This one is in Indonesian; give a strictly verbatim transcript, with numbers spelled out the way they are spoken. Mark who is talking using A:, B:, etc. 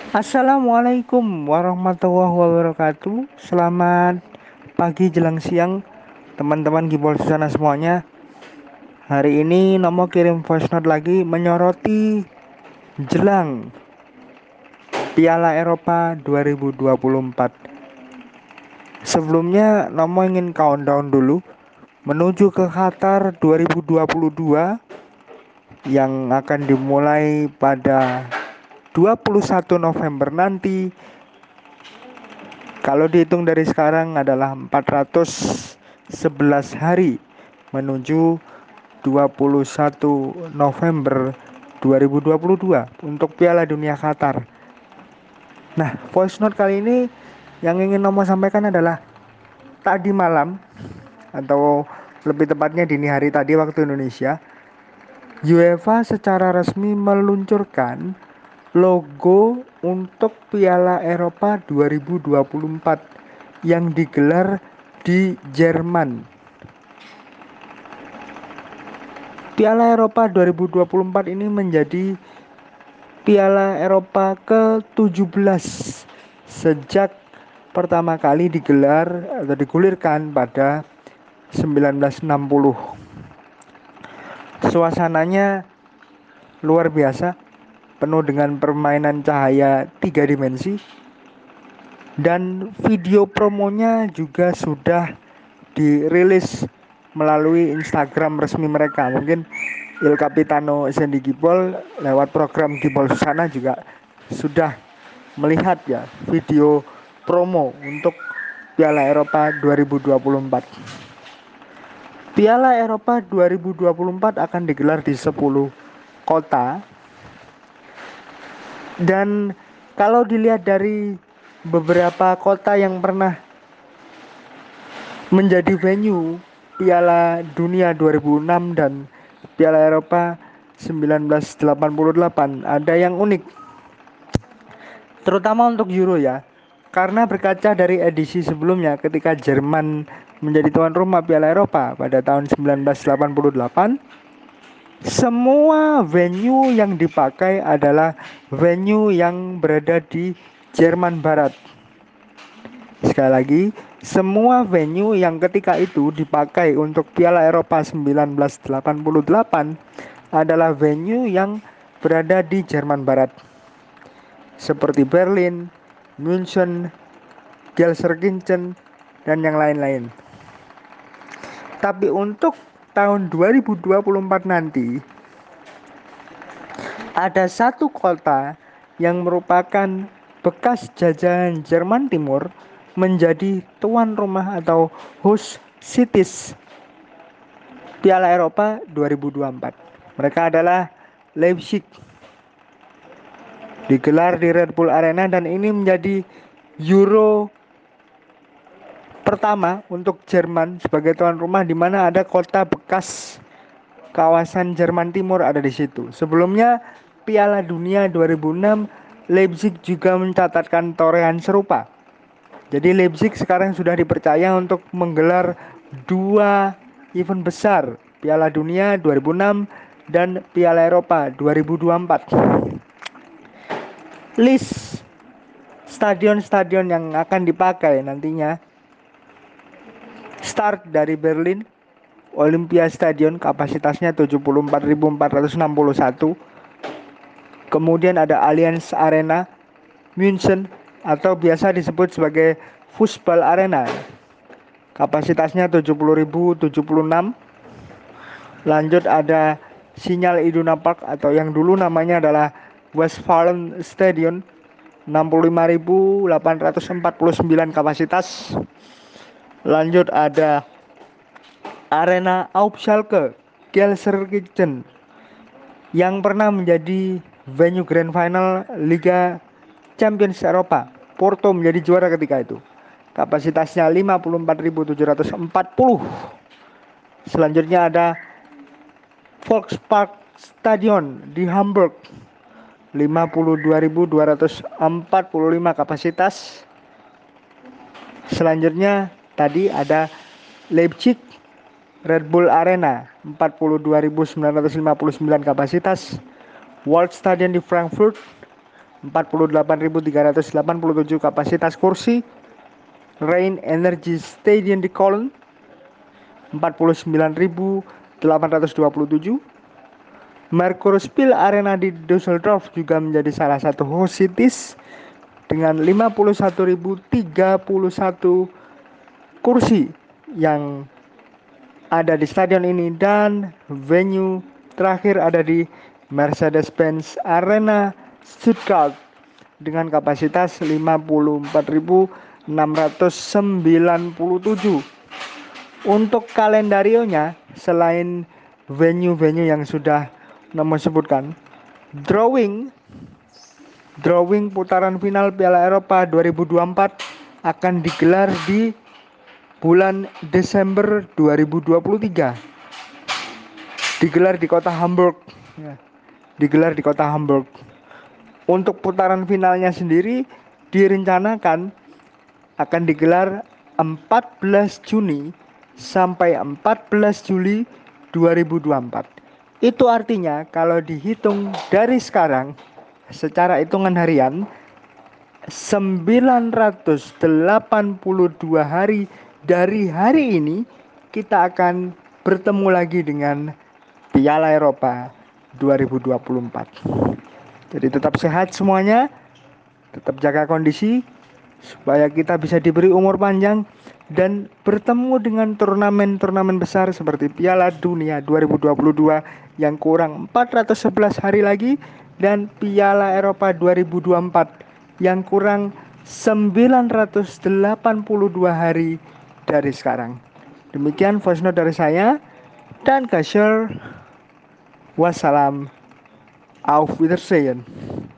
A: Assalamualaikum warahmatullahi wabarakatuh. Selamat pagi jelang siang teman-teman Gibol Susana semuanya. Hari ini Nomo kirim voice note lagi menyoroti jelang Piala Eropa dua ribu dua puluh empat. Sebelumnya Nomo ingin countdown dulu menuju ke Qatar dua ribu dua puluh dua yang akan dimulai pada dua puluh satu November nanti. Kalau dihitung dari sekarang adalah empat ratus sebelas hari menuju dua puluh satu November dua ribu dua puluh dua untuk Piala Dunia Qatar. Nah, voice note kali ini yang ingin Nomo sampaikan adalah tadi malam atau lebih tepatnya dini hari tadi waktu Indonesia, UEFA secara resmi meluncurkan logo untuk Piala Eropa dua ribu dua puluh empat yang digelar di Jerman. Piala Eropa dua ribu dua puluh empat ini menjadi Piala Eropa ke tujuh belas sejak pertama kali digelar atau digulirkan pada seribu sembilan ratus enam puluh. Suasananya luar biasa, penuh dengan permainan cahaya tiga dimensi, dan video promonya juga sudah dirilis melalui Instagram resmi mereka. Mungkin Il Capitano Sandy Gibol lewat program Gibol Susana juga sudah melihat ya video promo untuk Piala Eropa dua ribu dua puluh empat. Piala Eropa dua ribu dua puluh empat akan digelar di sepuluh kota. Dan kalau dilihat dari beberapa kota yang pernah menjadi venue Piala Dunia dua ribu enam dan Piala Eropa seribu sembilan ratus delapan puluh delapan, ada yang unik, terutama untuk Euro ya. Karena berkaca dari edisi sebelumnya ketika Jerman menjadi tuan rumah Piala Eropa pada tahun seribu sembilan ratus delapan puluh delapan, semua venue yang dipakai adalah venue yang berada di Jerman Barat. Sekali lagi, semua venue yang ketika itu dipakai untuk Piala Eropa seribu sembilan ratus delapan puluh delapan adalah venue yang berada di Jerman Barat, seperti Berlin, München, Gelsenkirchen, dan yang lain-lain. Tapi untuk tahun dua ribu dua puluh empat nanti, ada satu kota yang merupakan bekas jajahan Jerman Timur menjadi tuan rumah atau host cities Piala Eropa dua ribu dua puluh empat. Mereka adalah Leipzig. Digelar di Red Bull Arena dan ini menjadi Euro pertama untuk Jerman sebagai tuan rumah, di mana ada kota bekas kawasan Jerman Timur ada di situ. Sebelumnya Piala Dunia dua ribu enam, Leipzig juga mencatatkan torehan serupa. Jadi Leipzig sekarang sudah dipercaya untuk menggelar dua event besar, Piala Dunia dua ribu enam dan Piala Eropa dua ribu dua puluh empat. List stadion-stadion yang akan dipakai nantinya start dari Berlin, Olympia Stadion, kapasitasnya tujuh puluh empat ribu empat ratus enam puluh satu. Kemudian ada Allianz Arena, München atau biasa disebut sebagai Fußball Arena, kapasitasnya tujuh puluh ribu tujuh puluh enam. Lanjut ada Signal Iduna Park atau yang dulu namanya adalah Westfalen Stadion, enam puluh lima ribu delapan ratus empat puluh sembilan kapasitas. Lanjut ada Arena Aufschalke Gelsenkirchen yang pernah menjadi venue grand final Liga Champions Eropa. Porto menjadi juara ketika itu. Kapasitasnya lima puluh empat ribu tujuh ratus empat puluh. Selanjutnya ada Volkspark Stadion di Hamburg, lima puluh dua ribu dua ratus empat puluh lima kapasitas. Selanjutnya tadi ada Leipzig Red Bull Arena, empat puluh dua ribu sembilan ratus lima puluh sembilan kapasitas. Waldstadion di Frankfurt, empat puluh delapan ribu tiga ratus delapan puluh tujuh kapasitas kursi. Rhein Energy Stadion di Köln empat puluh sembilan ribu delapan ratus dua puluh tujuh. Merkurspiel Arena di Düsseldorf juga menjadi salah satu host cities dengan lima puluh satu ribu tiga puluh satu kursi yang ada di stadion ini, dan venue terakhir ada di Mercedes-Benz Arena Stuttgart dengan kapasitas lima puluh empat ribu enam ratus sembilan puluh tujuh. Untuk kalendarionya, selain venue-venue yang sudah nama sebutkan, drawing drawing putaran final Piala Eropa dua ribu dua puluh empat akan digelar di bulan Desember dua ribu dua puluh tiga. Digelar di kota Hamburg. Ya, digelar di kota Hamburg. Untuk putaran finalnya sendiri direncanakan akan digelar empat belas Juni sampai empat belas Juli dua ribu dua puluh empat. Itu artinya kalau dihitung dari sekarang secara hitungan harian, sembilan ratus delapan puluh dua hari dari hari ini kita akan bertemu lagi dengan Piala Eropa dua ribu dua puluh empat. Jadi tetap sehat semuanya, tetap jaga kondisi supaya kita bisa diberi umur panjang dan bertemu dengan turnamen-turnamen besar seperti Piala Dunia dua ribu dua puluh dua yang kurang empat ratus sebelas hari lagi, dan Piala Eropa dua ribu dua puluh empat yang kurang sembilan ratus delapan puluh dua hari dari sekarang. Demikian voice note dari saya, dan Kasher. Wassalam. Auf Wiedersehen.